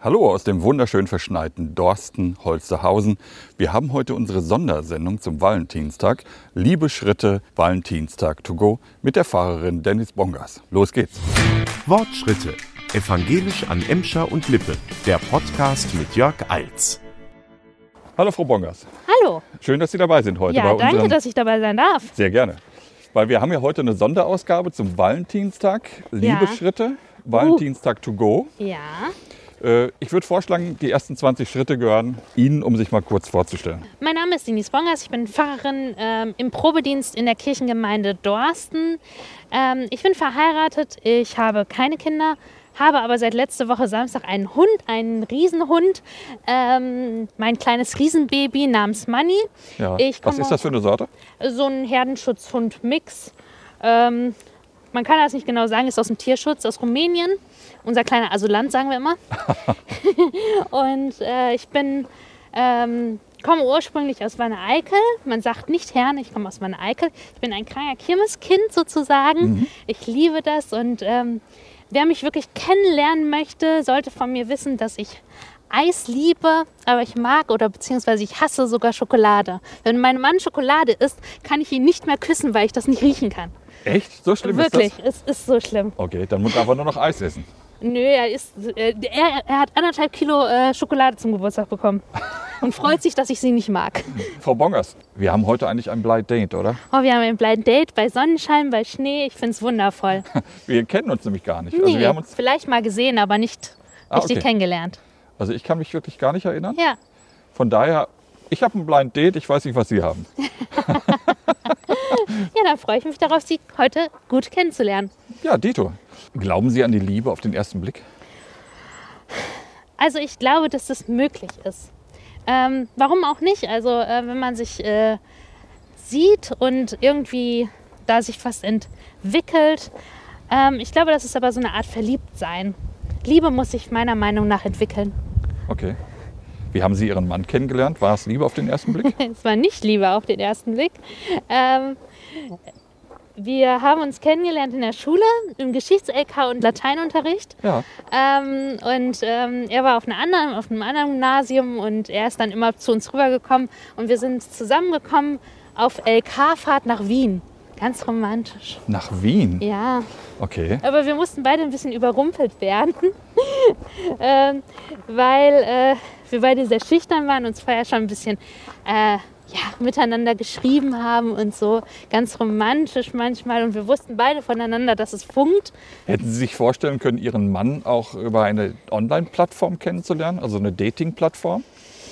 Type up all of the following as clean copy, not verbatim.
Hallo aus dem wunderschön verschneiten Dorsten-Holsterhausen. Wir haben heute unsere Sondersendung zum Valentinstag. Liebe Schritte, Valentinstag to go mit der Pfarrerin Dennis Bongers. Los geht's. Wortschritte. Evangelisch an Emscher und Lippe. Der Podcast mit Jörg Eils. Hallo Frau Bongers. Hallo. Schön, dass Sie dabei sind heute. Ja, danke, dass ich dabei sein darf. Sehr gerne. Weil wir haben ja heute eine Sonderausgabe zum Valentinstag. Liebe Schritte, Valentinstag to go. Ja. Ich würde vorschlagen, die ersten 20 Schritte gehören Ihnen, um sich mal kurz vorzustellen. Mein Name ist Dennis Bongers, ich bin Pfarrerin im Probedienst in der Kirchengemeinde Dorsten. Ich bin verheiratet, ich habe keine Kinder, habe aber seit letzter Woche Samstag einen Hund, einen Riesenhund, mein kleines Riesenbaby namens Manni. Ja. Was ist das für eine Sorte? So ein Herdenschutzhund-Mix. Man kann das nicht genau sagen, ist aus dem Tierschutz, aus Rumänien. Unser kleiner Asylant, sagen wir immer. Und ich komme ursprünglich aus Wanne-Eickel. Man sagt nicht Herne, ich komme aus Wanne-Eickel. Ich bin ein kleiner Kirmeskind sozusagen. Ich liebe das und wer mich wirklich kennenlernen möchte, sollte von mir wissen, dass ich Eis liebe, aber ich mag oder beziehungsweise ich hasse sogar Schokolade. Wenn mein Mann Schokolade isst, kann ich ihn nicht mehr küssen, weil ich das nicht riechen kann. Echt? So schlimm Wirklich, ist das? es ist so schlimm. Okay, dann muss er aber nur noch Eis essen. Nö, er hat 1,5 Kilo Schokolade zum Geburtstag bekommen und freut sich, dass ich sie nicht mag. Frau Bongers, wir haben heute eigentlich ein Blind Date, oder? Oh, wir haben ein Blind Date bei Sonnenschein, bei Schnee. Ich finde es wundervoll. Wir kennen uns nämlich gar nicht. Nee, Also wir haben uns, vielleicht mal gesehen, aber nicht richtig kennengelernt. also ich kann mich wirklich gar nicht erinnern. Ja. Von daher, ich habe ein Blind Date, ich weiß nicht, was Sie haben. Ja, dann freue ich mich darauf, Sie heute gut kennenzulernen. Ja, Dito. Glauben Sie an die Liebe auf den ersten Blick? Also ich glaube, dass das möglich ist. Warum auch nicht? Also wenn man sich sieht und irgendwie da sich fast entwickelt. Ich glaube, das ist aber so eine Art Verliebtsein. Liebe muss sich meiner Meinung nach entwickeln. Okay. Wie haben Sie Ihren Mann kennengelernt? War es Liebe auf den ersten Blick? Es war nicht Liebe auf den ersten Blick. Wir haben uns kennengelernt in der Schule, im Geschichts-LK und Lateinunterricht. Ja. Er war auf einem anderen Gymnasium und er ist dann immer zu uns rübergekommen. Und wir sind zusammengekommen auf LK-Fahrt nach Wien. Ganz romantisch. Nach Wien? Ja. Okay. Aber wir mussten beide ein bisschen überrumpelt werden, weil wir beide sehr schüchtern waren und uns vorher schon ein bisschen miteinander geschrieben haben und so. Ganz romantisch manchmal. Und wir wussten beide voneinander, dass es funkt. Hätten Sie sich vorstellen können, Ihren Mann auch über eine Online-Plattform kennenzulernen? Also eine Dating-Plattform?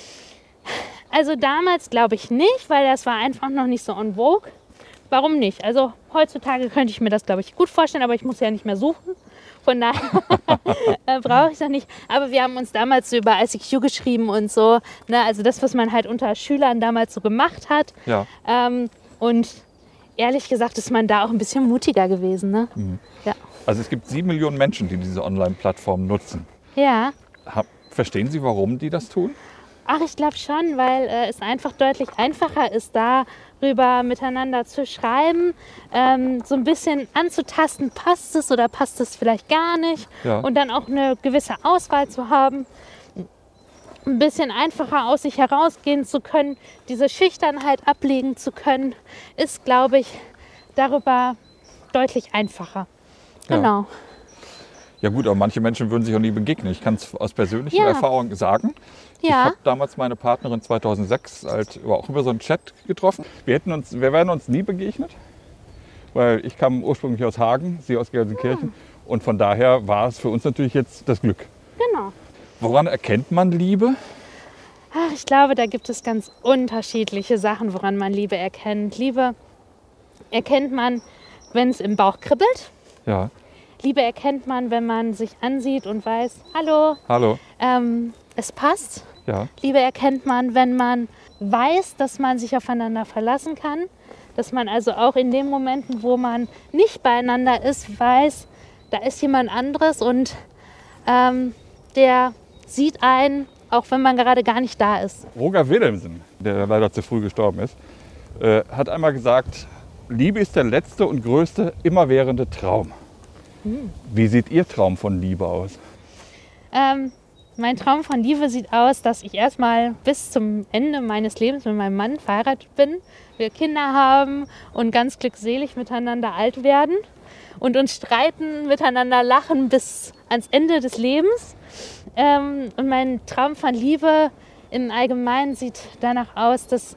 Also damals glaube ich nicht, weil das war einfach noch nicht so en vogue. Warum nicht? Also heutzutage könnte ich mir das, glaube ich, gut vorstellen, aber ich muss ja nicht mehr suchen. Von daher brauche ich es noch nicht. Aber wir haben uns damals so über ICQ geschrieben und so. Ne? Also das, was man halt unter Schülern damals so gemacht hat. Ja. Und ehrlich gesagt ist man da auch ein bisschen mutiger gewesen. Ne? Mhm. Ja. Also es gibt 7 Millionen Menschen, die diese Online-Plattform nutzen. Ja. Verstehen Sie, warum die das tun? Ach, ich glaube schon, weil es einfach deutlich einfacher ist, darüber miteinander zu schreiben, so ein bisschen anzutasten, passt es oder passt es vielleicht gar nicht, Ja. und dann auch eine gewisse Auswahl zu haben, ein bisschen einfacher aus sich herausgehen zu können, diese Schüchternheit ablegen zu können, ist, glaube ich, darüber deutlich einfacher. Ja. Genau. Ja gut, aber manche Menschen würden sich auch nie begegnen. Ich kann es aus persönlicher Erfahrung sagen. Ich Ja. habe damals meine Partnerin 2006 auch über so einen Chat getroffen. Wir wären uns nie begegnet, weil ich kam ursprünglich aus Hagen, sie aus Gelsenkirchen. Und von daher war es für uns natürlich jetzt das Glück. Genau. Woran erkennt man Liebe? Ach, ich glaube, da gibt es ganz unterschiedliche Sachen, woran man Liebe erkennt. Liebe erkennt man, wenn es im Bauch kribbelt. Ja. Liebe erkennt man, wenn man sich ansieht und weiß, hallo, Hallo. es passt. Ja. Liebe erkennt man, wenn man weiß, dass man sich aufeinander verlassen kann. Dass man also auch in den Momenten, wo man nicht beieinander ist, weiß, da ist jemand anderes und der sieht einen, auch wenn man gerade gar nicht da ist. Roger Willemsen, der leider zu früh gestorben ist, hat einmal gesagt, Liebe ist der letzte und größte immerwährende Traum. Wie sieht Ihr Traum von Liebe aus? Mein Traum von Liebe sieht aus, dass ich erstmal bis zum Ende meines Lebens mit meinem Mann verheiratet bin, wir Kinder haben und ganz glückselig miteinander alt werden und uns streiten, miteinander lachen bis ans Ende des Lebens. Und mein Traum von Liebe im Allgemeinen sieht danach aus, dass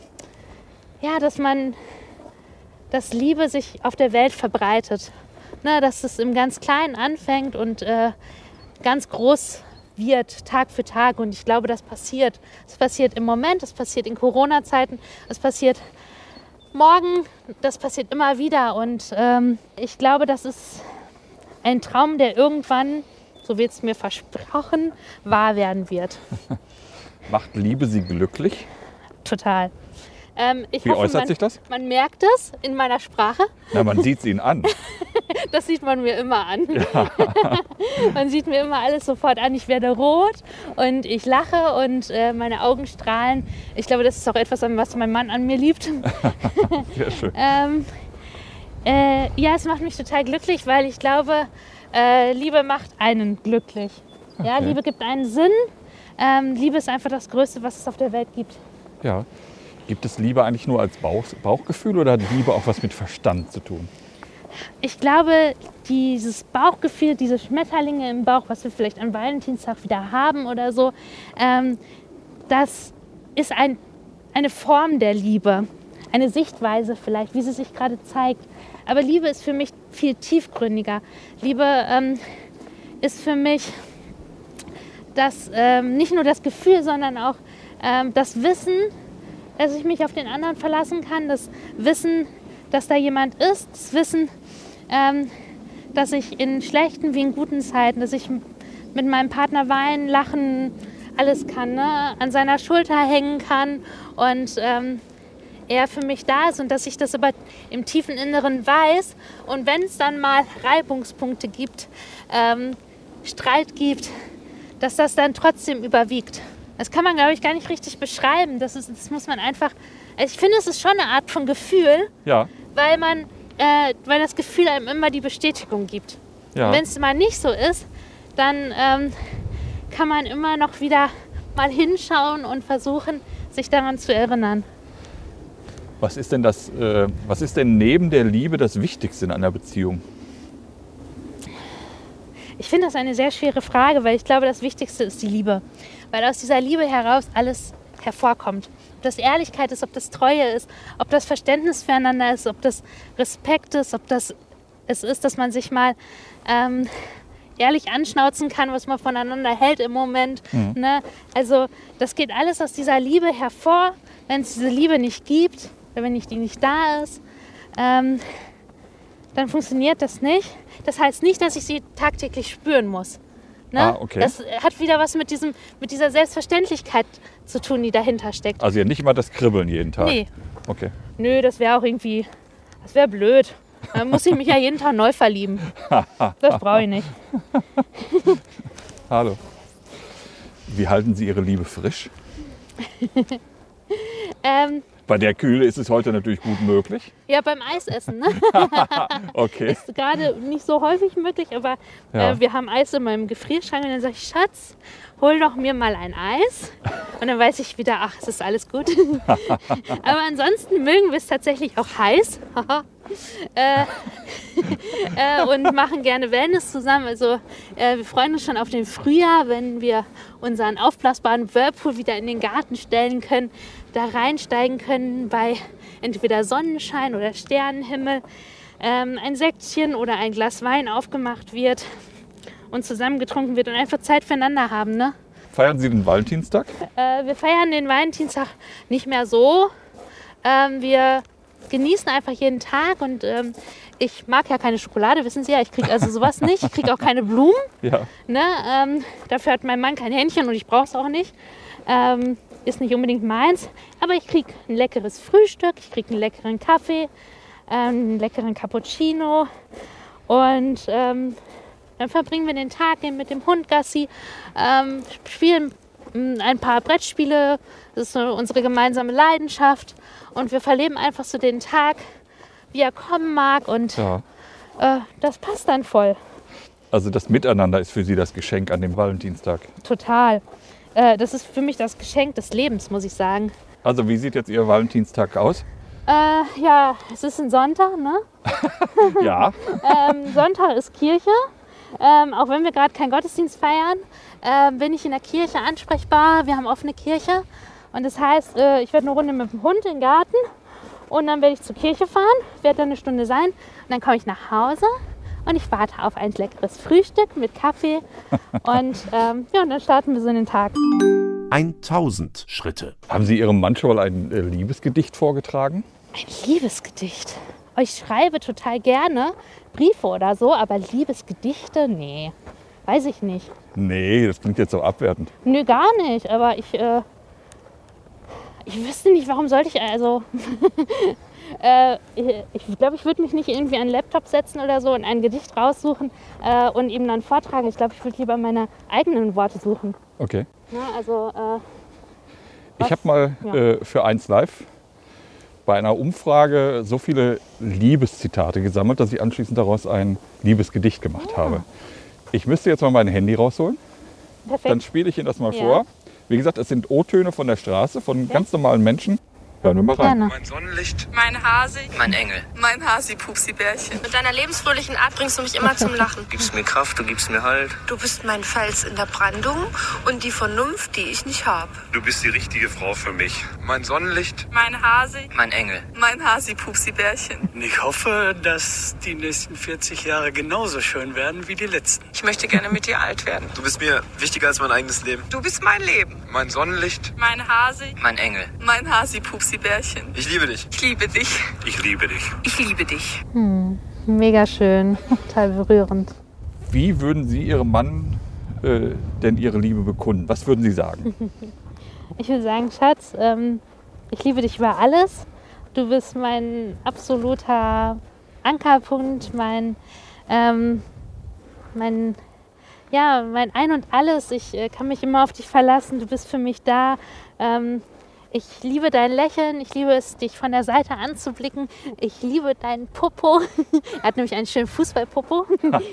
Liebe sich auf der Welt verbreitet. Ne, dass es im ganz Kleinen anfängt und ganz groß wird, Tag für Tag. Und ich glaube, das passiert. Es passiert im Moment, es passiert in Corona-Zeiten, es passiert morgen, das passiert immer wieder. Und ich glaube, das ist ein Traum, der irgendwann, so wird es mir versprochen, wahr werden wird. Macht Liebe Sie glücklich? Total. Wie äußert sich das? Man merkt es in meiner Sprache. Na, man sieht es Ihnen an. Das sieht man mir immer an. Ja. Man sieht mir immer alles sofort an. Ich werde rot und ich lache und meine Augen strahlen. Ich glaube, das ist auch etwas, was mein Mann an mir liebt. Sehr schön. Ja, es macht mich total glücklich, weil ich glaube, Liebe macht einen glücklich. Ja, Okay. Liebe gibt einen Sinn. Liebe ist einfach das Größte, was es auf der Welt gibt. Ja. Gibt es Liebe eigentlich nur als Bauchgefühl oder hat Liebe auch was mit Verstand zu tun? Ich glaube, dieses Bauchgefühl, diese Schmetterlinge im Bauch, was wir vielleicht an Valentinstag wieder haben oder so, das ist eine Form der Liebe, eine Sichtweise vielleicht, wie sie sich gerade zeigt. Aber Liebe ist für mich viel tiefgründiger. Liebe ist für mich nicht nur das Gefühl, sondern auch das Wissen, dass ich mich auf den anderen verlassen kann, das Wissen, dass da jemand ist, das Wissen, dass ich in schlechten wie in guten Zeiten, dass ich mit meinem Partner weinen, lachen, alles kann, ne? An seiner Schulter hängen kann und er für mich da ist und dass ich das aber im tiefen Inneren weiß. Und wenn es dann mal Reibungspunkte gibt, Streit gibt, dass das dann trotzdem überwiegt. Das kann man, glaube ich, gar nicht richtig beschreiben. Das muss man einfach. Also ich finde, es ist schon eine Art von Gefühl, Ja. weil das Gefühl einem immer die Bestätigung gibt. Ja. Und wenn es mal nicht so ist, dann kann man immer noch wieder mal hinschauen und versuchen, sich daran zu erinnern. Was ist denn neben der Liebe das Wichtigste in einer Beziehung? Ich finde das eine sehr schwere Frage, weil ich glaube, das Wichtigste ist die Liebe. Weil aus dieser Liebe heraus alles hervorkommt. Ob das Ehrlichkeit ist, ob das Treue ist, ob das Verständnis füreinander ist, ob das Respekt ist, ob das es ist, dass man sich mal ehrlich anschnauzen kann, was man voneinander hält im Moment. Mhm. Ne? Also das geht alles aus dieser Liebe hervor. Wenn es diese Liebe nicht gibt, oder wenn die nicht da ist, dann funktioniert das nicht. Das heißt nicht, dass ich sie tagtäglich spüren muss. Ne? Ah, okay. Das hat wieder was mit dieser Selbstverständlichkeit zu tun, die dahinter steckt. Also ja, nicht immer das Kribbeln jeden Tag. Nee. Okay. Nö, das wäre blöd. Dann muss ich mich ja jeden Tag neu verlieben. Das brauche ich nicht. Hallo. Wie halten Sie Ihre Liebe frisch? Bei der Kühle ist es heute natürlich gut möglich. Ja, beim Eisessen. Ne? Okay. Ist gerade nicht so häufig möglich, aber Ja. wir haben Eis in meinem Gefrierschrank und dann sage ich, Schatz, hol doch mir mal ein Eis. Und dann weiß ich wieder, ach, es ist alles gut. Aber ansonsten mögen wir es tatsächlich auch heiß. Und machen gerne Wellness zusammen. Also wir freuen uns schon auf den Frühjahr, wenn wir unseren aufblasbaren Whirlpool wieder in den Garten stellen können, da reinsteigen können bei entweder Sonnenschein oder Sternenhimmel, ein Säckchen oder ein Glas Wein aufgemacht wird und zusammengetrunken wird und einfach Zeit füreinander haben. Ne? Feiern Sie den Valentinstag? Wir feiern den Valentinstag nicht mehr so. Wir genießen einfach jeden Tag und ich mag ja keine Schokolade, wissen Sie ja, ich kriege also sowas nicht. Ich kriege auch keine Blumen. Ja. Ne? Dafür hat mein Mann kein Händchen und ich brauche es auch nicht. Ist nicht unbedingt meins, aber ich kriege ein leckeres Frühstück, ich kriege einen leckeren Kaffee, einen leckeren Cappuccino und dann verbringen wir den Tag mit dem Hund Gassi, spielen ein paar Brettspiele, das ist so unsere gemeinsame Leidenschaft und wir verleben einfach so den Tag, wie er kommen mag und Ja. das passt dann voll. Also das Miteinander ist für Sie das Geschenk an dem Valentinstag. Total. Das ist für mich das Geschenk des Lebens, muss ich sagen. Also wie sieht jetzt Ihr Valentinstag aus? Ja, es ist ein Sonntag, ne? Ja. Sonntag ist Kirche. Auch wenn wir gerade keinen Gottesdienst feiern, bin ich in der Kirche ansprechbar. Wir haben offene Kirche. Und das heißt, ich werde eine Runde mit dem Hund in den Garten und dann werde ich zur Kirche fahren, werde da eine Stunde sein und dann komme ich nach Hause und ich warte auf ein leckeres Frühstück mit Kaffee und ja, und dann starten wir so in den Tag. 1000 Schritte. Haben Sie Ihrem Mann schon mal ein Liebesgedicht vorgetragen? Ein Liebesgedicht. Ich schreibe total gerne Briefe oder so, aber Liebesgedichte, nee, weiß ich nicht. Nee, das klingt jetzt so abwertend. Nö, gar nicht, aber ich wüsste nicht, warum sollte ich, also ich glaube, ich würde mich nicht irgendwie an den Laptop setzen oder so und ein Gedicht raussuchen und ihm dann vortragen. Ich glaube, ich würde lieber meine eigenen Worte suchen. Okay. Na, also, Ich habe mal für 1Live bei einer Umfrage so viele Liebeszitate gesammelt, dass ich anschließend daraus ein Liebesgedicht gemacht habe. Ich müsste jetzt mal mein Handy rausholen. perfekt. Dann spiele ich Ihnen das mal vor. Wie gesagt, es sind O-Töne von der Straße, von ganz normalen Menschen. Hören wir mal rein. Gerne. Mein Sonnenlicht, Mein Hasi, mein Engel. mein Hasi-Pupsi-Bärchen. Mit deiner lebensfröhlichen Art bringst du mich immer zum Lachen. Du gibst mir Kraft, du gibst mir Halt. Du bist mein Fels in der Brandung und die Vernunft, die ich nicht habe. Du bist die richtige Frau für mich. Mein Sonnenlicht, Mein Hasi, mein Engel. mein Hasi-Pupsi-Bärchen. Ich hoffe, dass die nächsten 40 Jahre genauso schön werden wie die letzten. Ich möchte gerne mit dir alt werden. Du bist mir wichtiger als mein eigenes Leben. Du bist mein Leben. Mein Sonnenlicht, Mein Hasi, mein Engel. mein Hasi-Pupsi-Bärchen. Ich liebe dich. Ich liebe dich. Ich liebe dich. Ich liebe dich. Mega schön, total berührend. Wie würden Sie Ihrem Mann denn Ihre Liebe bekunden? Was würden Sie sagen? Ich würde sagen, Schatz, ich liebe dich über alles. Du bist mein absoluter Ankerpunkt, mein Ein und Alles. Ich kann mich immer auf dich verlassen. Du bist für mich da. Ich liebe dein Lächeln. Ich liebe es, dich von der Seite anzublicken. Ich liebe deinen Popo. Er hat nämlich einen schönen Fußballpopo.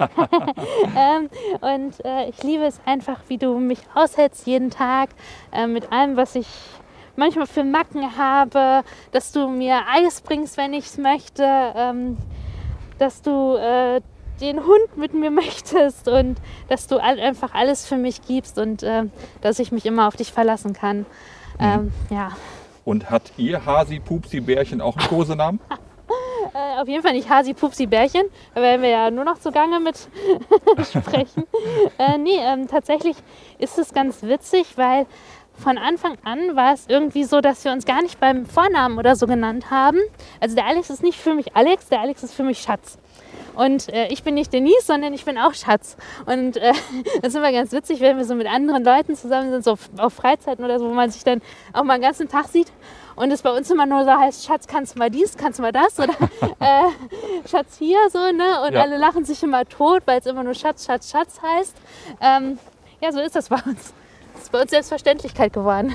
Ich liebe es einfach, wie du mich aushältst jeden Tag mit allem, was ich manchmal für Macken habe, dass du mir Eis bringst, wenn ich es möchte, dass du den Hund mit mir möchtest und dass du einfach alles für mich gibst und dass ich mich immer auf dich verlassen kann. Ja. Und hat Ihr Hasi-Pupsi-Bärchen auch einen Kosenamen? Auf jeden Fall nicht Hasi-Pupsi-Bärchen, da werden wir ja nur noch zugange mit sprechen. Tatsächlich ist es ganz witzig, weil von Anfang an war es irgendwie so, dass wir uns gar nicht beim Vornamen oder so genannt haben. Also der Alex ist nicht für mich Alex, der Alex ist für mich Schatz. Und ich bin nicht Denise, sondern ich bin auch Schatz. Und das ist immer ganz witzig, wenn wir so mit anderen Leuten zusammen sind, so auf Freizeiten oder so, wo man sich dann auch mal den ganzen Tag sieht. Und es bei uns immer nur so heißt, Schatz, kannst du mal dies, kannst du mal das? Oder Schatz hier, so, ne? Und alle lachen sich immer tot, weil es immer nur Schatz, Schatz, Schatz heißt. Ja, so ist das bei uns. Das ist bei uns Selbstverständlichkeit geworden.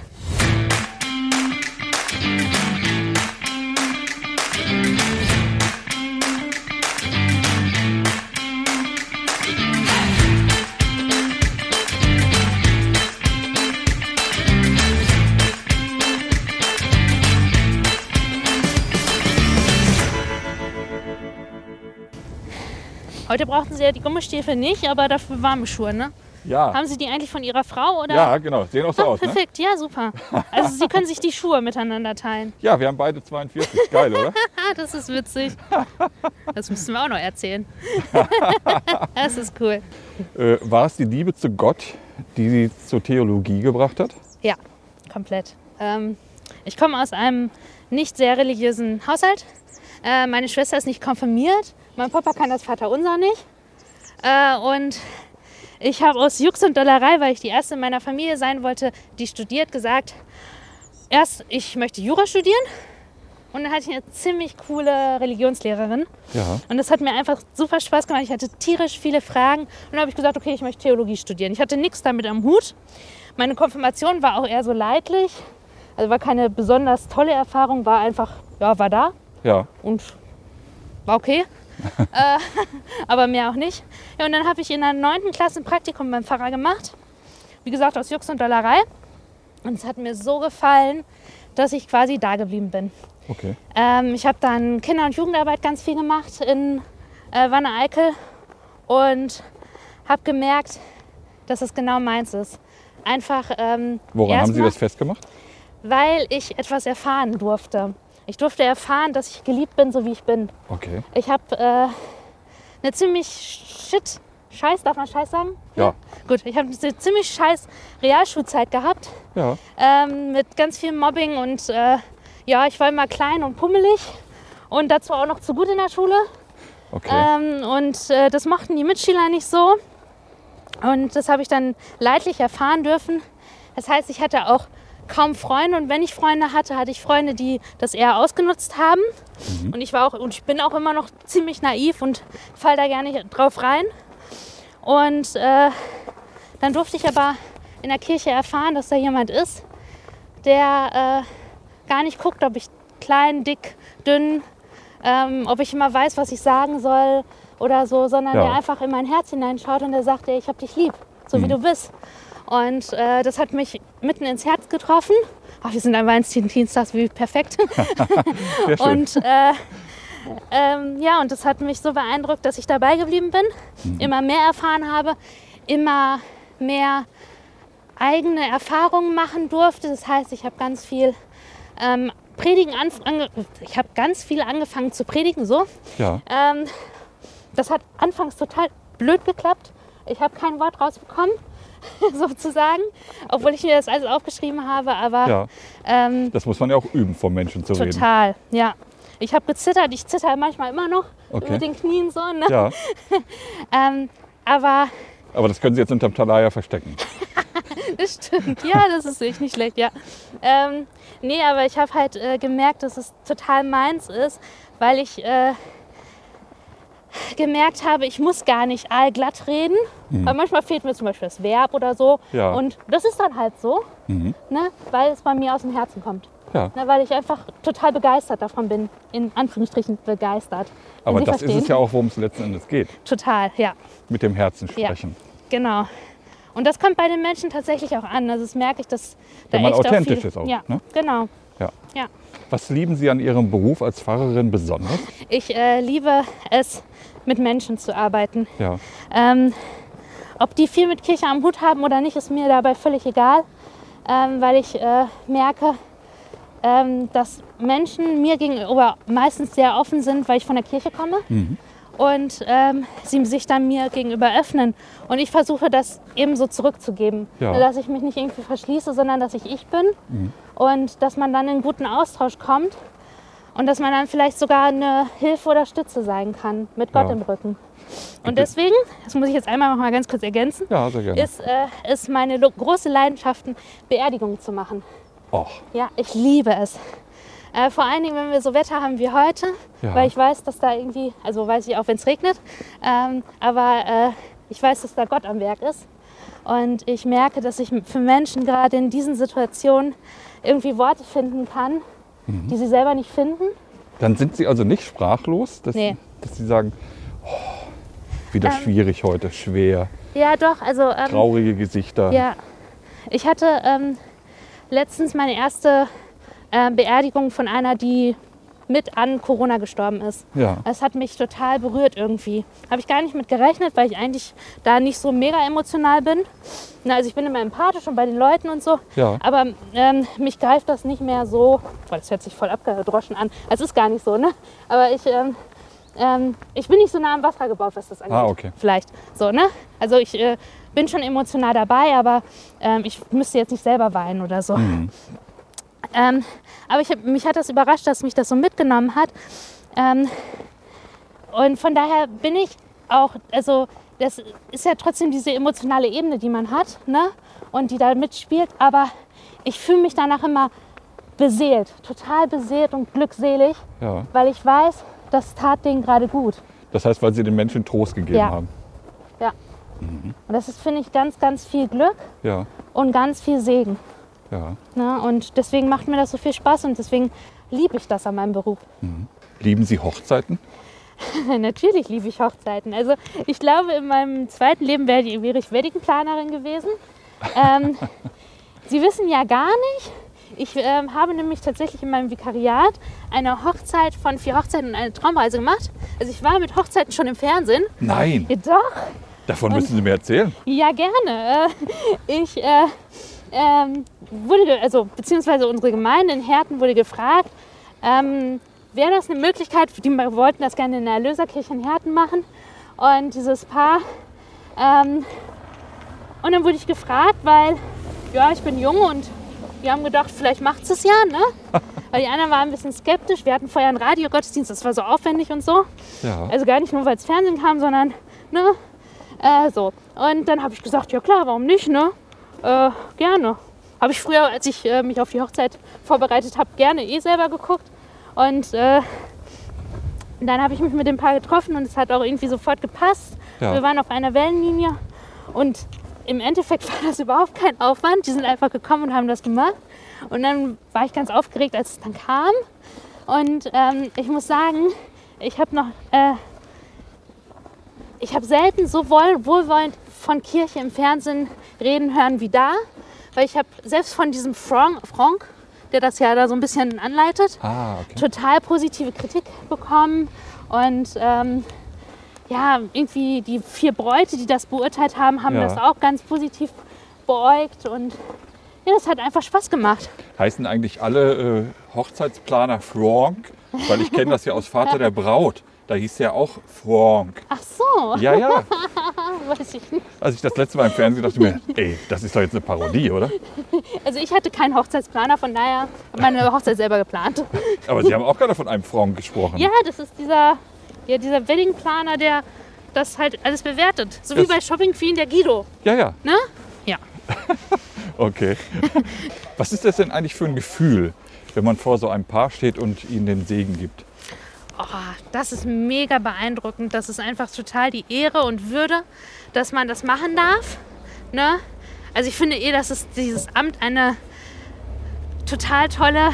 Heute brauchten Sie ja die Gummistiefel nicht, aber dafür warme Schuhe, ne? Ja. Haben Sie die eigentlich von Ihrer Frau? Oder? Ja, genau. Sehen auch so aus, ne? Perfekt, ja, super. Also Sie können sich die Schuhe miteinander teilen. Ja, wir haben beide 42. Geil, oder? Das ist witzig. Das müssen wir auch noch erzählen. Das ist cool. War es die Liebe zu Gott, die Sie zur Theologie gebracht hat? Ja, komplett. Ich komme aus einem nicht sehr religiösen Haushalt. Meine Schwester ist nicht konfirmiert. Mein Papa kann das Vaterunser nicht. Und ich habe aus Jux und Dollerei, weil ich die erste in meiner Familie sein wollte, die studiert, gesagt, erst ich möchte Jura studieren. Und dann hatte ich eine ziemlich coole Religionslehrerin. Ja. Und das hat mir einfach super Spaß gemacht. Ich hatte tierisch viele Fragen. Und dann habe ich gesagt, okay, ich möchte Theologie studieren. Ich hatte nichts damit am Hut. Meine Konfirmation war auch eher so leidlich. Also war keine besonders tolle Erfahrung, war einfach, ja, war da. Ja. Und war okay. Aber mehr auch nicht. Ja, und dann habe ich in der 9. Klasse ein Praktikum beim Pfarrer gemacht. Wie gesagt, aus Jux und Dollerei. Und es hat mir so gefallen, dass ich quasi da geblieben bin. Okay. Ich habe dann Kinder- und Jugendarbeit ganz viel gemacht in Wanne-Eickel und habe gemerkt, dass es genau meins ist. Einfach Woran haben Sie das festgemacht? Weil ich etwas erfahren durfte. Ich durfte erfahren, dass ich geliebt bin, so wie ich bin. Okay. Ich habe eine ziemlich scheiß, darf man scheiß sagen? Ja. Gut, ich habe eine ziemlich scheiß Realschulzeit gehabt. Ja. Mit ganz viel Mobbing und ja, ich war immer klein und pummelig und dazu auch noch zu gut in der Schule. Okay. Und das mochten die Mitschüler nicht so. Und das habe ich dann leidlich erfahren dürfen. Das heißt, ich hatte auch kaum Freunde und wenn ich Freunde hatte, hatte ich Freunde, die das eher ausgenutzt haben. Und ich bin auch immer noch ziemlich naiv und fall da gerne drauf rein. Und dann durfte ich aber in der Kirche erfahren, dass da jemand ist, der gar nicht guckt, ob ich klein, dick, dünn, ob ich immer weiß, was ich sagen soll oder so, sondern der einfach in mein Herz hineinschaut und der sagt, ey, ich hab dich lieb, so wie du bist. Und das hat mich mitten ins Herz getroffen. Ach, wir sind am Valentinstag, wie perfekt. Sehr schön. Und ja, und das hat mich so beeindruckt, dass ich dabei geblieben bin, immer mehr erfahren habe, immer mehr eigene Erfahrungen machen durfte. Das heißt, ich habe ganz viel ich habe ganz viel angefangen zu predigen, so. Ja. Das hat anfangs total blöd geklappt. Ich habe kein Wort rausbekommen, sozusagen, obwohl ich mir das alles aufgeschrieben habe. Aber Ja. Das muss man ja auch üben, vom Menschen zu reden. total, ja. Ich habe gezittert, ich zitter manchmal immer noch Okay. mit den Knien so. Ne? Ja. Aber Aber das können Sie jetzt unterm Talar ja verstecken. das stimmt, ja, das ist echt nicht schlecht, ja. Nee, aber ich habe halt gemerkt, dass es total meins ist, weil ich gemerkt habe, ich muss gar nicht allglatt reden, weil manchmal fehlt mir zum Beispiel das Verb oder so. Ja. Und das ist dann halt so, ne, weil es bei mir aus dem Herzen kommt. Ja. Ne, weil ich einfach total begeistert davon bin, in Anführungsstrichen begeistert. Wenn Aber Sie das verstehen. ist es ja auch, worum es letzten Endes geht. Total, ja. Mit dem Herzen Ja. sprechen. Genau. Und das kommt bei den Menschen tatsächlich auch an. Also das merke ich, dass da Wenn man echt authentisch auch viel, ist auch, Ja, ne? genau. Ja. Ja. Was lieben Sie an Ihrem Beruf als Pfarrerin besonders? Ich liebe es, mit Menschen zu arbeiten. Ja. Ob die viel mit Kirche am Hut haben oder nicht, ist mir dabei völlig egal, weil ich merke, dass Menschen mir gegenüber meistens sehr offen sind, weil ich von der Kirche komme und sie sich dann mir gegenüber öffnen. Und ich versuche das eben so zurückzugeben, Ja. dass ich mich nicht irgendwie verschließe, sondern dass ich bin und dass man dann in einen guten Austausch kommt und dass man dann vielleicht sogar eine Hilfe oder Stütze sein kann, mit Gott Ja. im Rücken. Und deswegen, das muss ich jetzt einmal noch mal ganz kurz ergänzen, Ja, sehr gerne. ist meine große Leidenschaft, Beerdigungen zu machen. Och, Ja, ich liebe es. Vor allen Dingen, wenn wir so Wetter haben wie heute, Ja. weil ich weiß, dass da irgendwie, also weiß ich auch, wenn es regnet, aber ich weiß, dass da Gott am Werk ist. Und ich merke, dass ich für Menschen gerade in diesen Situationen irgendwie Worte finden kann, die sie selber nicht finden. dann sind Sie also nicht sprachlos, dass, Nee. dass Sie sagen, oh, wieder schwierig heute, schwer, Ja, doch, also traurige Gesichter. ja, ich hatte letztens meine erste Beerdigung von einer, die mit an Corona gestorben ist. Ja. Das hat mich total berührt irgendwie. Habe ich gar nicht mit gerechnet, weil ich eigentlich da nicht so mega emotional bin. Na, also ich bin immer empathisch und bei den Leuten und so. Ja. Aber mich greift das nicht mehr so, weil das hört sich voll abgedroschen an. Es ist gar nicht so, ne? Aber ich bin nicht so nah am Wasser gebaut, was das angeht. Ah, okay. Vielleicht so, ne? Also ich bin schon emotional dabei, aber ich müsste jetzt nicht selber weinen oder so. Aber mich hat das überrascht, dass mich das so mitgenommen hat. Und von daher bin ich auch, also das ist ja trotzdem diese emotionale Ebene, die man hat, ne? Und die da mitspielt. Aber ich fühle mich danach immer beseelt, total beseelt und glückselig, Ja. weil ich weiß, das tat denen gerade gut. Das heißt, weil Sie den Menschen Trost gegeben Ja. haben. Ja. Und das ist, finde ich, ganz, ganz viel Glück Ja. und ganz viel Segen. Ja. Ne? Und deswegen macht mir das so viel Spaß und deswegen liebe ich das an meinem Beruf. Lieben Sie Hochzeiten? Natürlich liebe ich Hochzeiten. Also ich glaube, in meinem zweiten Leben wäre ich Weddingplanerin gewesen. Sie wissen ja gar nicht, ich habe nämlich tatsächlich in meinem Vikariat eine Hochzeit von 4 Hochzeiten und eine Traumreise gemacht. Also ich war mit Hochzeiten schon im Fernsehen. Nein, Ja, doch. davon müssen Sie mir erzählen. Ja, gerne. Ich beziehungsweise unsere Gemeinde in Herten wurde gefragt, wäre das eine Möglichkeit, wir wollten das gerne in der Erlöserkirche in Herten machen. Und dieses Paar, und dann wurde ich gefragt, weil, ja, ich bin jung und wir haben gedacht, vielleicht macht es ja, ne? Weil die anderen waren ein bisschen skeptisch. Wir hatten vorher einen Radiogottesdienst, das war so aufwendig und so. Ja. Also gar nicht nur, weil es Fernsehen kam, sondern, ne? So. Und dann habe ich gesagt, ja klar, warum nicht, ne? Gerne. Habe ich früher, als ich mich auf die Hochzeit vorbereitet habe, gerne selber geguckt. Und dann habe ich mich mit dem Paar getroffen und es hat auch irgendwie sofort gepasst. Ja. Wir waren auf einer Wellenlinie und im Endeffekt war das überhaupt kein Aufwand. Die sind einfach gekommen und haben das gemacht. Und dann war ich ganz aufgeregt, als es dann kam. Und ich muss sagen, ich habe selten so wohlwollend von Kirche im Fernsehen reden hören wie da. Weil ich habe selbst von diesem Franck, der das ja da so ein bisschen anleitet, total positive Kritik bekommen. Und ja, irgendwie die 4 Bräute, die das beurteilt haben, haben das auch ganz positiv beäugt. Und ja, das hat einfach Spaß gemacht. Heißen eigentlich alle Hochzeitsplaner Franck? Weil ich kenne das ja aus Vater der Braut. Da hieß der auch Franck. Ach so. Ja, ja. Weiß ich nicht. Als ich das letzte Mal im Fernsehen dachte mir, ey, das ist doch jetzt eine Parodie, oder? Also ich hatte keinen Hochzeitsplaner, von daher habe meine Hochzeit selber geplant. Aber Sie haben auch gerade von einem Franck gesprochen. Ja, das ist dieser Weddingplaner, der das halt alles bewertet. So wie Das- bei Shopping Queen der Guido. Ja, ja. Ne? Ja. Okay. Was ist das denn eigentlich für ein Gefühl, wenn man vor so einem Paar steht und ihnen den Segen gibt? Oh, das ist mega beeindruckend. Das ist einfach total die Ehre und Würde, dass man das machen darf. Ne? Also ich finde dass ist dieses Amt eine total tolle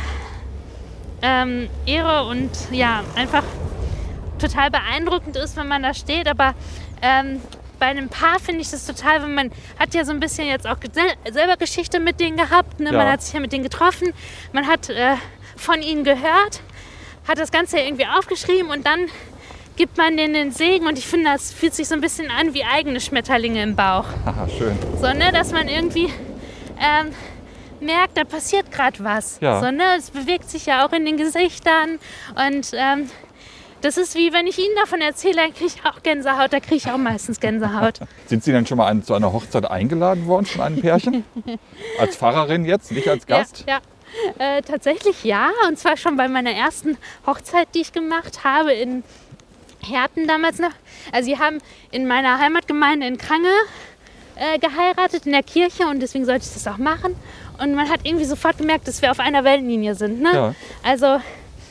Ehre und ja, einfach total beeindruckend ist, wenn man da steht. Aber bei einem Paar finde ich das total, wenn man hat ja so ein bisschen jetzt auch selber Geschichte mit denen gehabt. Ne? Ja. Man hat sich ja mit denen getroffen, man hat von ihnen gehört, hat das Ganze irgendwie aufgeschrieben und dann gibt man denen den Segen. Und ich finde, das fühlt sich so ein bisschen an wie eigene Schmetterlinge im Bauch. Haha, schön. So, ne, dass man irgendwie merkt, da passiert gerade was. Ja. So, ne, es bewegt sich ja auch in den Gesichtern. Und das ist wie, wenn ich Ihnen davon erzähle, dann kriege ich auch Gänsehaut. Da kriege ich auch meistens Gänsehaut. Sind Sie denn schon mal zu einer Hochzeit eingeladen worden von einem Pärchen? Als Pfarrerin jetzt, nicht als Gast? Ja. Tatsächlich ja. Und zwar schon bei meiner ersten Hochzeit, die ich gemacht habe in Herten damals noch. Also sie haben in meiner Heimatgemeinde in Krange geheiratet in der Kirche und deswegen sollte ich das auch machen. Und man hat irgendwie sofort gemerkt, dass wir auf einer Wellenlinie sind. Ne? Ja. Also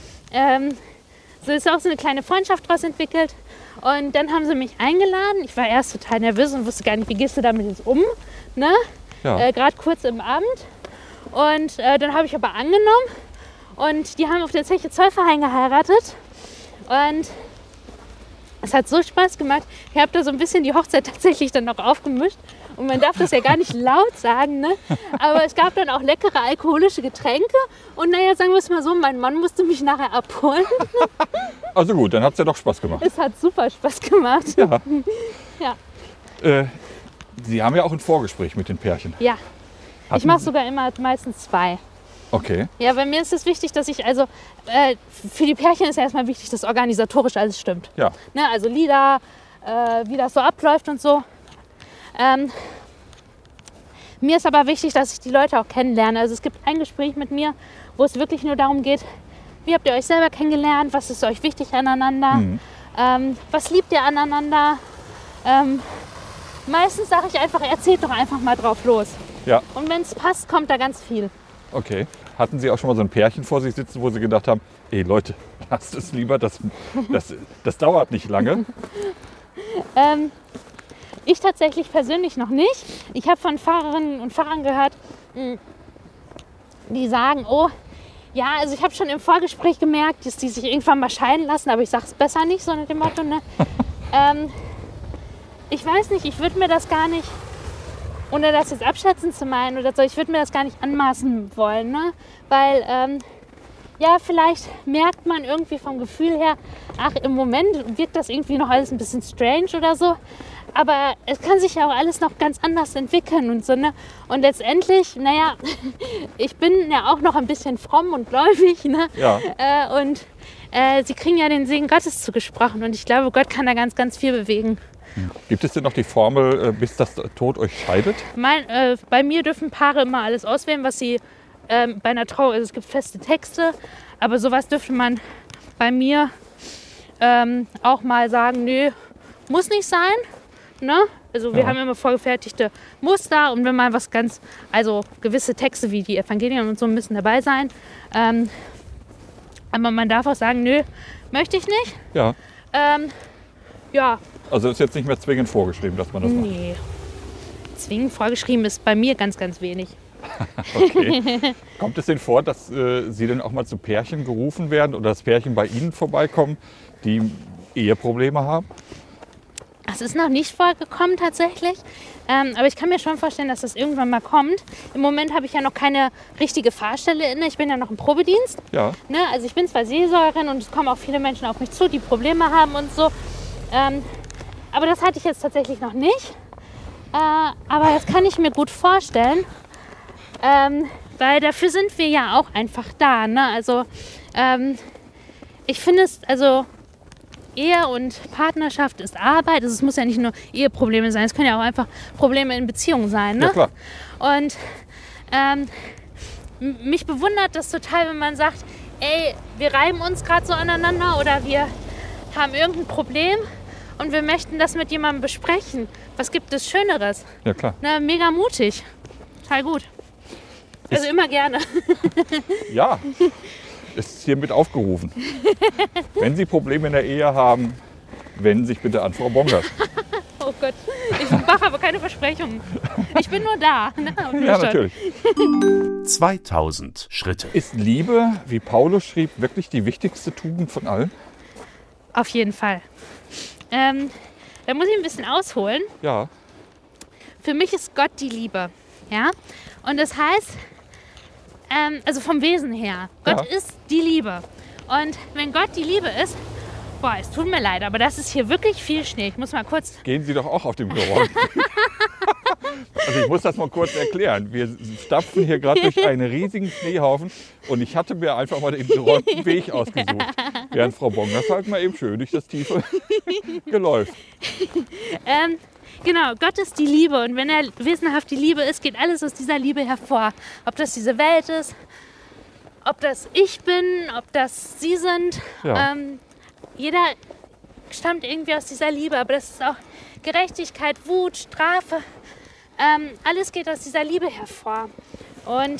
so ist auch so eine kleine Freundschaft daraus entwickelt. Und dann haben sie mich eingeladen. Ich war erst total nervös und wusste gar nicht, wie gehst du damit jetzt um. Ne? Ja. Gerade kurz im Abend. Und dann habe ich aber angenommen. Und die haben auf der Zeche Zollverein geheiratet. Und es hat so Spaß gemacht. Ich habe da so ein bisschen die Hochzeit tatsächlich dann noch aufgemischt. Und man darf das ja gar nicht laut sagen, ne? Aber es gab dann auch leckere alkoholische Getränke. Und naja, sagen wir es mal so, mein Mann musste mich nachher abholen. Also gut, dann hat es ja doch Spaß gemacht. Es hat super Spaß gemacht. Ja. Ja. Sie haben ja auch ein Vorgespräch mit den Pärchen. Ja. Ich Hatten mache Sie- sogar immer meistens 2. Okay. Ja, bei mir ist es wichtig, dass ich, also für die Pärchen ist ja erstmal wichtig, dass organisatorisch alles stimmt. Ja. Ne, also Lieder, wie das so abläuft und so. Mir ist aber wichtig, dass ich die Leute auch kennenlerne. Also es gibt ein Gespräch mit mir, wo es wirklich nur darum geht, wie habt ihr euch selber kennengelernt, was ist euch wichtig aneinander, was liebt ihr aneinander. Meistens sage ich einfach, erzählt doch einfach mal drauf los. Ja, Und wenn es passt, kommt da ganz viel. okay. Hatten Sie auch schon mal so ein Pärchen vor sich sitzen, wo Sie gedacht haben, ey Leute, lasst es lieber, das dauert nicht lange. Ich tatsächlich persönlich noch nicht. Ich habe von Fahrerinnen und Fahrern gehört, die sagen, oh, Ja, also ich habe schon im Vorgespräch gemerkt, dass die sich irgendwann mal scheiden lassen, aber ich sage es besser nicht, so nach dem Motto. Ne? Ich weiß nicht, ich würde mir das gar nicht, ohne das jetzt abschätzen zu meinen oder so, ich würde mir das gar nicht anmaßen wollen. Ne? Weil, ja, vielleicht merkt man irgendwie vom Gefühl her, ach, im Moment wirkt das irgendwie noch alles ein bisschen strange oder so. Aber es kann sich ja auch alles noch ganz anders entwickeln und so, ne? Und letztendlich, naja, ich bin ja auch noch ein bisschen fromm und gläubig, ne? Ja. Und sie kriegen ja den Segen Gottes zugesprochen und ich glaube, Gott kann da ganz, ganz viel bewegen. Gibt es denn noch die Formel, bis das Tod euch scheidet? Bei mir dürfen Paare immer alles auswählen, was sie bei einer Trauung, also es gibt feste Texte, aber sowas dürfte man bei mir auch mal sagen, nö, muss nicht sein. Ne? Also wir haben immer vorgefertigte Muster und wenn mal was ganz, also gewisse Texte wie die Evangelien und so müssen dabei sein. Aber man darf auch sagen, nö, möchte ich nicht. Ja. Ja. Also ist jetzt nicht mehr zwingend vorgeschrieben, dass man das macht. Nee. Zwingend vorgeschrieben ist bei mir ganz, ganz wenig. Okay. Kommt es denn vor, dass Sie dann auch mal zu Pärchen gerufen werden oder das Pärchen bei Ihnen vorbeikommen, die Eheprobleme haben? Das ist noch nicht vorgekommen tatsächlich, aber ich kann mir schon vorstellen, dass das irgendwann mal kommt. Im Moment habe ich ja noch keine richtige Fahrstelle inne, ich bin ja noch im Probedienst. Ja. Ne? Also ich bin zwar Seelsorgerin und es kommen auch viele Menschen auf mich zu, die Probleme haben und so. Aber das hatte ich jetzt tatsächlich noch nicht. Aber das kann ich mir gut vorstellen, weil dafür sind wir ja auch einfach da. Ne? Also ich finde es, also Ehe und Partnerschaft ist Arbeit. Also es muss ja nicht nur Eheprobleme sein, es können ja auch einfach Probleme in Beziehungen sein. Ne? Ja, klar. Und mich bewundert das total, wenn man sagt, ey, wir reiben uns gerade so aneinander oder wir haben irgendein Problem und wir möchten das mit jemandem besprechen. Was gibt es Schöneres? Ja, klar. Ne, mega mutig. Total gut. Also immer gerne. Ja, ist hiermit aufgerufen. Wenn Sie Probleme in der Ehe haben, wenden Sie sich bitte an Frau Bongers. Oh Gott, ich mache aber keine Versprechungen. Ich bin nur da. Ja, natürlich. 2000 Schritte. Ist Liebe, wie Paulus schrieb, wirklich die wichtigste Tugend von allen? Auf jeden Fall. Da muss ich ein bisschen ausholen. Ja. Für mich ist Gott die Liebe. Ja? Und das heißt, also vom Wesen her, Gott ist die Liebe. Und wenn Gott die Liebe ist, boah, es tut mir leid, aber das ist hier wirklich viel Schnee. Ich muss mal kurz... Gehen Sie doch auch auf dem Geräusch. Also ich muss das mal kurz erklären. Wir stapfen hier gerade durch einen riesigen Schneehaufen und ich hatte mir einfach mal den geräumten Weg ausgesucht. Während Frau Bongers halt mal eben schön durch das tiefe Geläuf. Genau, Gott ist die Liebe und wenn er wesenhaft die Liebe ist, geht alles aus dieser Liebe hervor. Ob das diese Welt ist, ob das ich bin, ob das Sie sind. Ja. Jeder stammt irgendwie aus dieser Liebe, aber das ist auch Gerechtigkeit, Wut, Strafe. Alles geht aus dieser Liebe hervor. Und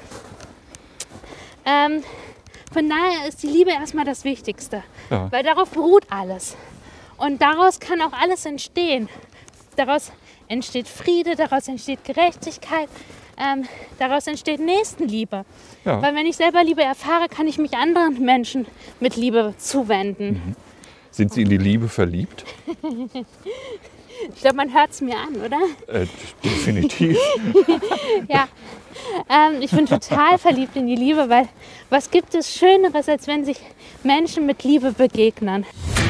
von daher ist die Liebe erstmal das Wichtigste, weil darauf beruht alles. Und daraus kann auch alles entstehen. Daraus entsteht Friede, daraus entsteht Gerechtigkeit, daraus entsteht Nächstenliebe. Ja. Weil wenn ich selber Liebe erfahre, kann ich mich anderen Menschen mit Liebe zuwenden. Mhm. Sind Sie in die Liebe verliebt? Ich glaube, man hört es mir an, oder? Definitiv. Ja, ich bin total verliebt in die Liebe, weil was gibt es Schöneres, als wenn sich Menschen mit Liebe begegnen?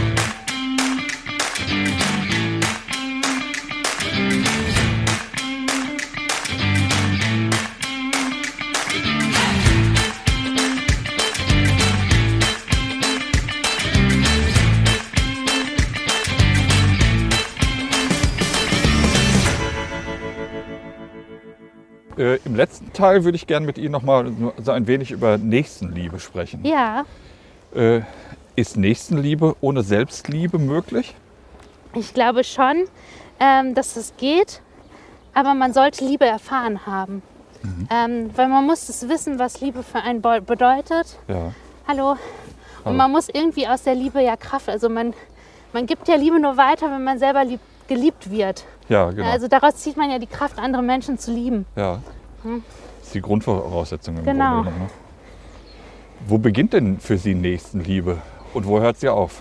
Im letzten Teil würde ich gerne mit Ihnen noch mal so ein wenig über Nächstenliebe sprechen. Ja, Ist Nächstenliebe ohne Selbstliebe möglich? ich glaube schon, dass es geht, aber man sollte Liebe erfahren haben. Weil man muss es wissen, was Liebe für einen bedeutet. Ja. Hallo. Und man muss irgendwie aus der Liebe ja Kraft, also man gibt ja Liebe nur weiter, wenn man selber geliebt wird. Ja, genau. Also daraus zieht man ja die Kraft, andere Menschen zu lieben. Ja. Das ist die Grundvoraussetzung im Genau. Grunde genommen, Wo beginnt denn für Sie Nächstenliebe und wo hört sie auf?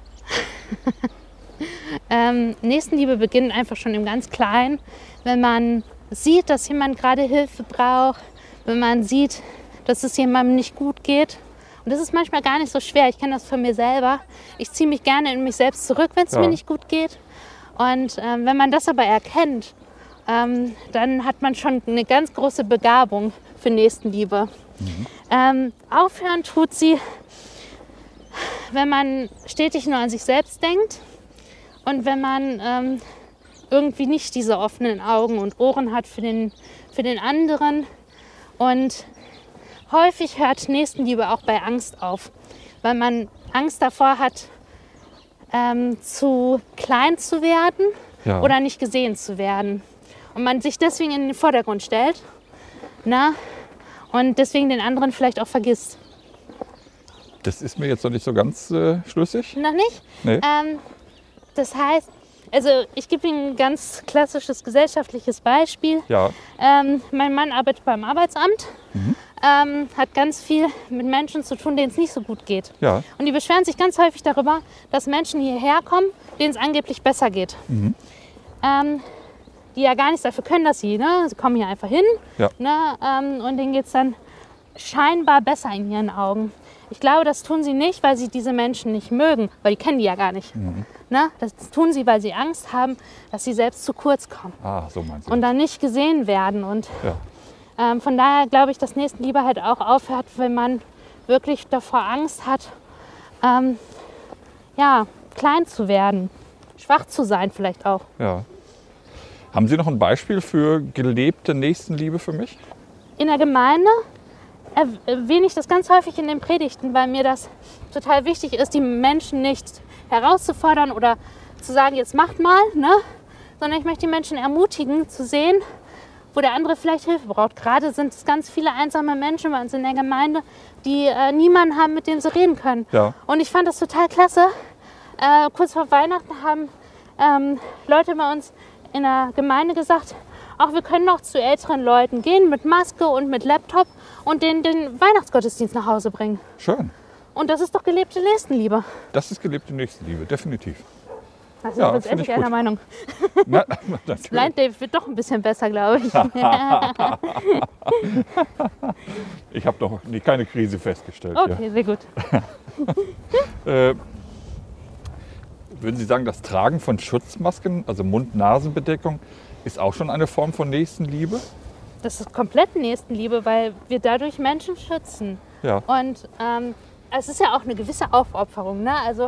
Nächstenliebe beginnt einfach schon im ganz Kleinen, wenn man sieht, dass jemand gerade Hilfe braucht, wenn man sieht, dass es jemandem nicht gut geht. Und das ist manchmal gar nicht so schwer. Ich kenne das von mir selber. Ich ziehe mich gerne in mich selbst zurück, wenn es mir nicht gut geht. Und wenn man das aber erkennt, dann hat man schon eine ganz große Begabung für Nächstenliebe. Aufhören tut sie, wenn man stetig nur an sich selbst denkt und wenn man irgendwie nicht diese offenen Augen und Ohren hat für den anderen. Und häufig hört Nächstenliebe auch bei Angst auf, weil man Angst davor hat, zu klein zu werden oder nicht gesehen zu werden. Und man sich deswegen in den Vordergrund stellt, und deswegen den anderen vielleicht auch vergisst. Das ist mir jetzt noch nicht so ganz schlüssig. Noch nicht? Nee. Das heißt, also ich gebe Ihnen ein ganz klassisches gesellschaftliches Beispiel. Ja. Mein Mann arbeitet beim Arbeitsamt, hat ganz viel mit Menschen zu tun, denen es nicht so gut geht. Ja. Und die beschweren sich ganz häufig darüber, dass Menschen hierher kommen, denen es angeblich besser geht. Die ja gar nichts dafür können, dass sie kommen hier einfach hin, und denen geht es dann scheinbar besser in ihren Augen. Ich glaube, das tun sie nicht, weil sie diese Menschen nicht mögen, weil die kennen die ja gar nicht. Das tun sie, weil sie Angst haben, dass sie selbst zu kurz kommen. So meinst du. Und dann nicht gesehen werden. Und von daher glaube ich, dass Nächstenliebe halt auch aufhört, wenn man wirklich davor Angst hat, klein zu werden, schwach zu sein vielleicht auch. Ja. Haben Sie noch ein Beispiel für gelebte Nächstenliebe für mich? In der Gemeinde erwähne ich das ganz häufig in den Predigten, weil mir das total wichtig ist, die Menschen nicht herauszufordern oder zu sagen, jetzt macht mal, sondern ich möchte die Menschen ermutigen, zu sehen, wo der andere vielleicht Hilfe braucht. Gerade sind es ganz viele einsame Menschen bei uns in der Gemeinde, die niemanden haben, mit dem sie reden können. Ja. Und ich fand das total klasse. Kurz vor Weihnachten haben Leute bei uns in der Gemeinde gesagt, wir können noch zu älteren Leuten gehen mit Maske und mit Laptop und denen den Weihnachtsgottesdienst nach Hause bringen. Schön. Und das ist doch gelebte Nächstenliebe. Das ist gelebte Nächstenliebe, definitiv. Also ich bin jetzt endlich einer Meinung. Blind Dave wird doch ein bisschen besser, glaube ich. Ich habe noch keine Krise festgestellt. Okay, sehr gut. Würden Sie sagen, das Tragen von Schutzmasken, also Mund-Nasen-Bedeckung, ist auch schon eine Form von Nächstenliebe? Das ist komplett Nächstenliebe, weil wir dadurch Menschen schützen. Ja. Und es ist ja auch eine gewisse Aufopferung. Also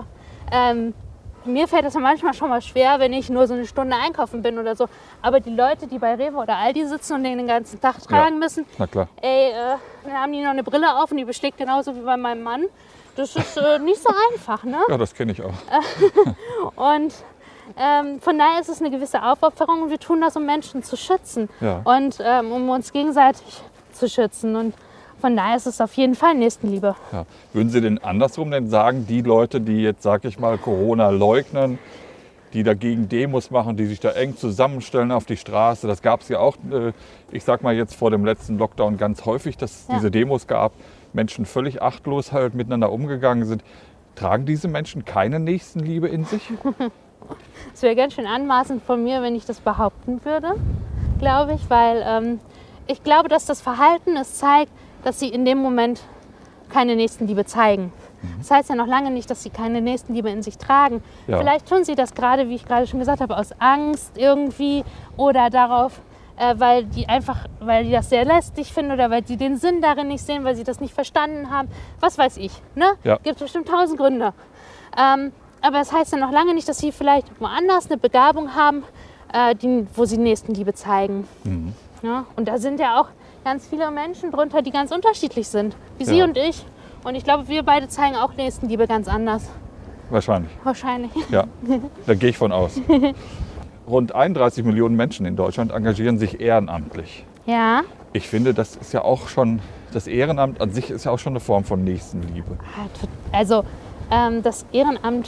mir fällt das ja manchmal schon mal schwer, wenn ich nur so eine Stunde einkaufen bin oder so. Aber die Leute, die bei Rewe oder Aldi sitzen und den ganzen Tag tragen müssen, na klar. Dann haben die noch eine Brille auf und die beschlägt genauso wie bei meinem Mann. Das ist nicht so einfach, Ja, das kenne ich auch. Und von daher ist es eine gewisse Aufopferung und wir tun das, um Menschen zu schützen und um uns gegenseitig zu schützen. Und von daher ist es auf jeden Fall Nächstenliebe. Ja. Würden Sie denn andersrum denn sagen, die Leute, die jetzt, sag ich mal, Corona leugnen, die dagegen Demos machen, die sich da eng zusammenstellen auf die Straße, das gab es ja auch, ich sag mal jetzt vor dem letzten Lockdown ganz häufig, dass es diese Demos gab, Menschen völlig achtlos halt miteinander umgegangen sind. Tragen diese Menschen keine Nächstenliebe in sich? Es wäre ganz schön anmaßend von mir, wenn ich das behaupten würde, glaube ich, weil ich glaube, dass das Verhalten es zeigt, dass sie in dem Moment keine Nächstenliebe zeigen. Das heißt ja noch lange nicht, dass sie keine Nächstenliebe in sich tragen. Ja. Vielleicht tun sie das gerade, wie ich gerade schon gesagt habe, aus Angst irgendwie oder darauf, weil die das sehr lästig finden oder weil sie den Sinn darin nicht sehen, weil sie das nicht verstanden haben. Was weiß ich. Ja. Gibt bestimmt 1000 Gründe. Aber es heißt ja noch lange nicht, dass sie vielleicht woanders eine Begabung haben, wo sie Nächstenliebe zeigen. Ja? Und da sind ja auch ganz viele Menschen drunter, die ganz unterschiedlich sind, wie Sie und ich. Und ich glaube, wir beide zeigen auch Nächstenliebe ganz anders. Wahrscheinlich. Ja, da gehe ich von aus. Rund 31 Millionen Menschen in Deutschland engagieren sich ehrenamtlich. Ja. Ich finde, das ist ja auch schon, das Ehrenamt an sich ist ja auch schon eine Form von Nächstenliebe. Also das Ehrenamt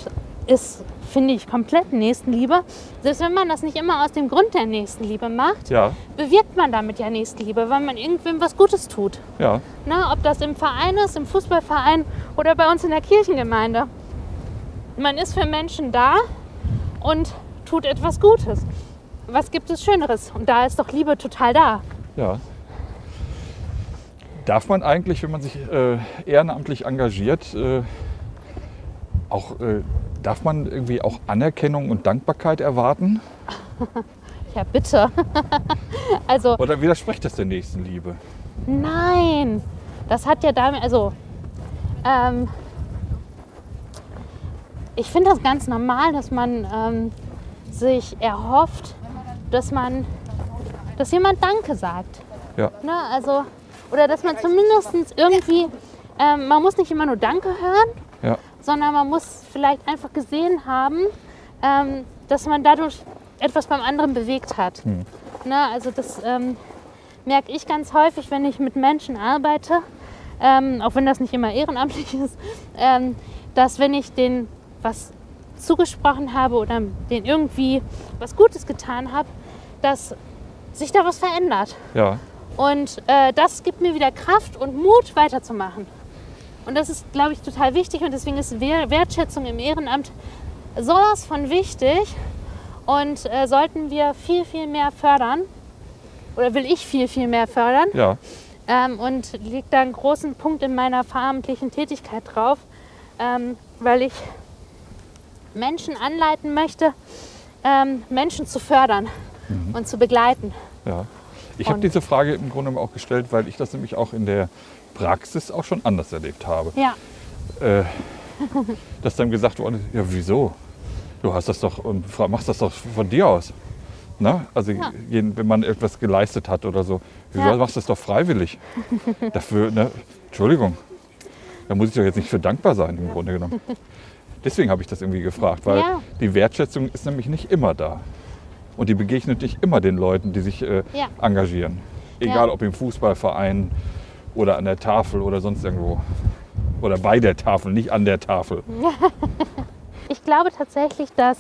ist, finde ich, komplett Nächstenliebe. Selbst wenn man das nicht immer aus dem Grund der Nächstenliebe macht, Ja, bewirkt man damit ja Nächstenliebe, weil man irgendwem was Gutes tut. ja, Ne? Ob das im Verein ist, im Fußballverein oder bei uns in der Kirchengemeinde. Man ist für Menschen da und tut etwas Gutes. Was gibt es Schöneres? Und da ist doch Liebe total da. ja. Darf man eigentlich, wenn man sich ehrenamtlich engagiert, darf man irgendwie auch Anerkennung und Dankbarkeit erwarten? Ja, bitte. Also, Oder widerspricht das der Nächstenliebe? nein. Das hat ja damit, ich finde das ganz normal, dass man sich erhofft, dass jemand Danke sagt. Ja, Ne? Also, oder dass man zumindest irgendwie, man muss nicht immer nur Danke hören, ja, sondern man muss vielleicht einfach gesehen haben, dass man dadurch etwas beim anderen bewegt hat. Ne? Also das merke ich ganz häufig, wenn ich mit Menschen arbeite, auch wenn das nicht immer ehrenamtlich ist, dass wenn ich denen was zugesprochen habe oder denen irgendwie was Gutes getan habe, dass sich da was verändert. ja, Und das gibt mir wieder Kraft und Mut, weiterzumachen. Und das ist, glaube ich, total wichtig. Und deswegen ist Wertschätzung im Ehrenamt sowas von wichtig. Und sollten wir viel, viel mehr fördern. Oder will ich viel, viel mehr fördern. ja, Und legt da einen großen Punkt in meiner pfarramtlichen Tätigkeit drauf. Weil ich Menschen anleiten möchte, Menschen zu fördern und zu begleiten. ja. Ich habe Und- diese Frage im Grunde auch gestellt, weil ich das nämlich auch in der Praxis auch schon anders erlebt habe. Ja, Dass dann gesagt wurde, ja wieso? Du hast das doch und machst das doch von dir aus. Ne? Also Ja. wenn man etwas geleistet hat oder so, wieso Ja. machst du das doch freiwillig? Dafür, ne? Entschuldigung, da muss ich doch jetzt nicht für dankbar sein im Grunde genommen. Deswegen habe ich das irgendwie gefragt, weil Ja. die Wertschätzung ist nämlich nicht immer da. Und die begegnet nicht immer den Leuten, die sich engagieren. Egal Ja. ob im Fußballverein oder an der Tafel oder sonst irgendwo. Oder bei der Tafel, nicht an der Tafel. ich glaube tatsächlich, dass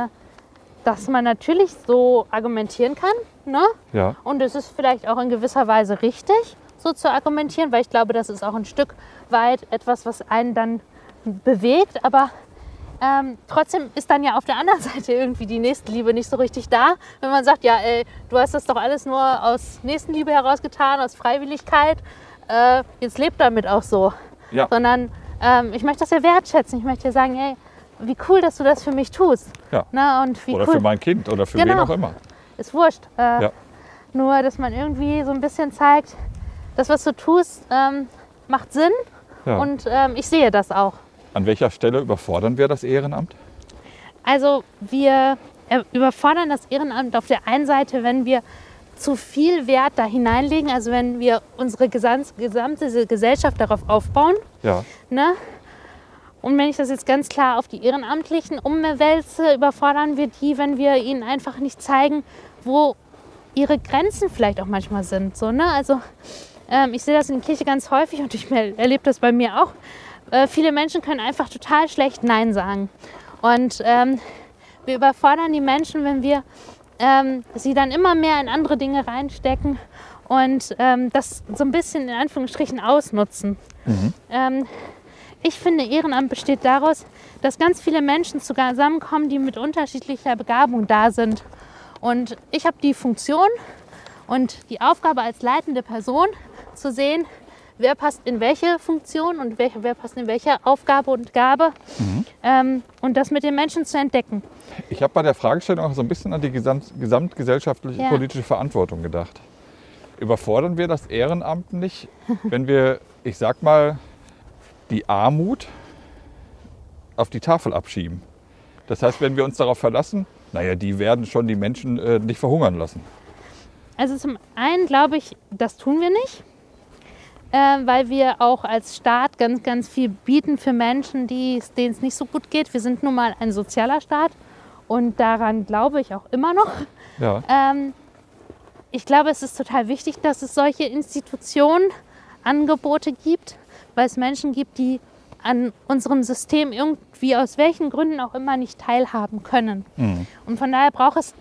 man natürlich so argumentieren kann. Ne? Ja, Und es ist vielleicht auch in gewisser Weise richtig, so zu argumentieren, weil ich glaube, das ist auch ein Stück weit etwas, was einen dann bewegt. Aber trotzdem ist dann ja auf der anderen Seite irgendwie die Nächstenliebe nicht so richtig da. Wenn man sagt, ja, ey, du hast das doch alles nur aus Nächstenliebe herausgetan, aus Freiwilligkeit, jetzt lebt damit auch so. ja, Sondern ich möchte das ja wertschätzen. Ich möchte ja sagen, hey, wie cool, dass du das für mich tust. ja. Na, und wie Oder cool. für mein Kind oder für Genau. wen auch immer. Ist wurscht. Ja. Nur, dass man irgendwie so ein bisschen zeigt, das, was du tust, macht Sinn. Ja. Und ich sehe das auch. An welcher Stelle überfordern wir das Ehrenamt? Also wir überfordern das Ehrenamt auf der einen Seite, wenn wir zu viel Wert da hineinlegen, also wenn wir unsere gesamte Gesellschaft darauf aufbauen. Ja, Ne? Und wenn ich das jetzt ganz klar auf die Ehrenamtlichen umwälze, überfordern wir die, wenn wir ihnen einfach nicht zeigen, wo ihre Grenzen vielleicht auch manchmal sind. So, ne? Also ich sehe das in der Kirche ganz häufig und ich erlebe das bei mir auch. Viele Menschen können einfach total schlecht Nein sagen. Und wir überfordern die Menschen, wenn wir sie dann immer mehr in andere Dinge reinstecken und das so ein bisschen in Anführungsstrichen ausnutzen. Ich finde, Ehrenamt besteht daraus, dass ganz viele Menschen zusammenkommen, die mit unterschiedlicher Begabung da sind. Und ich habe die Funktion und die Aufgabe als leitende Person zu sehen, wer passt in welche Funktion und wer passt in welche Aufgabe und Gabe und das mit den Menschen zu entdecken. ich habe bei der Fragestellung auch so ein bisschen an die gesamtgesellschaftliche Ja. politische Verantwortung gedacht. Überfordern wir das Ehrenamt nicht, wenn wir, ich sag mal, die Armut auf die Tafel abschieben? Das heißt, wenn wir uns darauf verlassen, naja, die werden schon die Menschen nicht verhungern lassen. Also zum einen glaube ich, das tun wir nicht, weil wir auch als Staat ganz, ganz viel bieten für Menschen, denen es nicht so gut geht. Wir sind nun mal ein sozialer Staat und daran glaube ich auch immer noch. Ja, Ich glaube, es ist total wichtig, dass es solche Institutionen, Angebote gibt, weil es Menschen gibt, die an unserem System irgendwie aus welchen Gründen auch immer nicht teilhaben können. Und von daher braucht es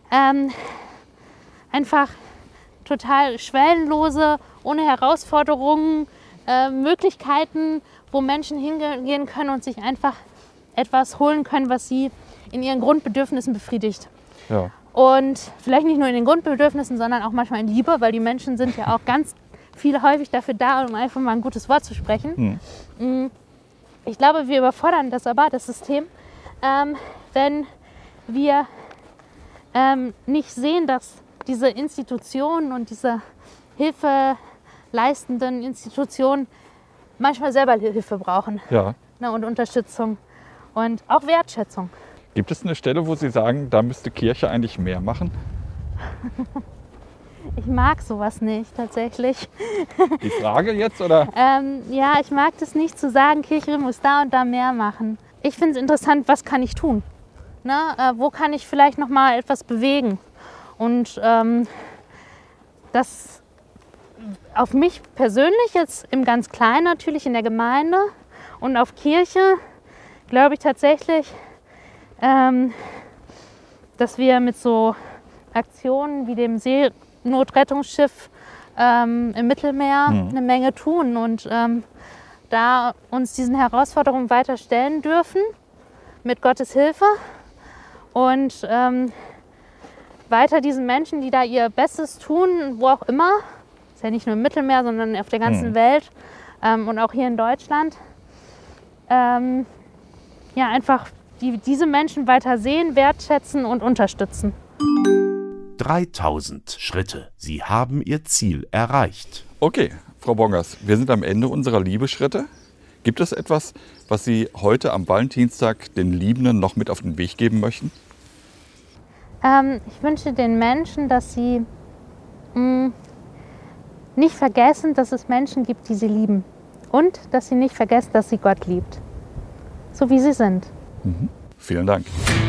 einfach total schwellenlose, ohne Herausforderungen, Möglichkeiten, wo Menschen hingehen können und sich einfach etwas holen können, was sie in ihren Grundbedürfnissen befriedigt. Ja. Und vielleicht nicht nur in den Grundbedürfnissen, sondern auch manchmal in Liebe, weil die Menschen sind ja auch ganz häufig dafür da, um einfach mal ein gutes Wort zu sprechen. Ich glaube, wir überfordern das System, wenn wir nicht sehen, dass diese Institutionen und diese hilfeleistenden Institutionen manchmal selber Hilfe brauchen, Ja. ne, und Unterstützung und auch Wertschätzung. Gibt es eine Stelle, wo Sie sagen, da müsste Kirche eigentlich mehr machen? Ich mag sowas nicht tatsächlich. Die Frage jetzt, oder? Ja, ich mag das nicht zu sagen, Kirche muss da und da mehr machen. Ich finde es interessant, was kann ich tun? Ne? Wo kann ich vielleicht noch mal etwas bewegen? Und das auf mich persönlich jetzt im ganz Kleinen natürlich in der Gemeinde und auf Kirche glaube ich tatsächlich, dass wir mit so Aktionen wie dem Seenotrettungsschiff im Mittelmeer eine Menge tun und da uns diesen Herausforderungen weiter stellen dürfen mit Gottes Hilfe und weiter diesen Menschen, die da ihr Bestes tun, wo auch immer, ist ja nicht nur im Mittelmeer, sondern auf der ganzen Welt und auch hier in Deutschland, ja, einfach diese Menschen weiter sehen, wertschätzen und unterstützen. 3000 Schritte. Sie haben Ihr Ziel erreicht. Okay, Frau Bongers, wir sind am Ende unserer Liebeschritte. Gibt es etwas, was Sie heute am Valentinstag den Liebenden noch mit auf den Weg geben möchten? Ich wünsche den Menschen, dass sie nicht vergessen, dass es Menschen gibt, die sie lieben. Und dass sie nicht vergessen, dass sie Gott liebt. So wie sie sind. Vielen Dank.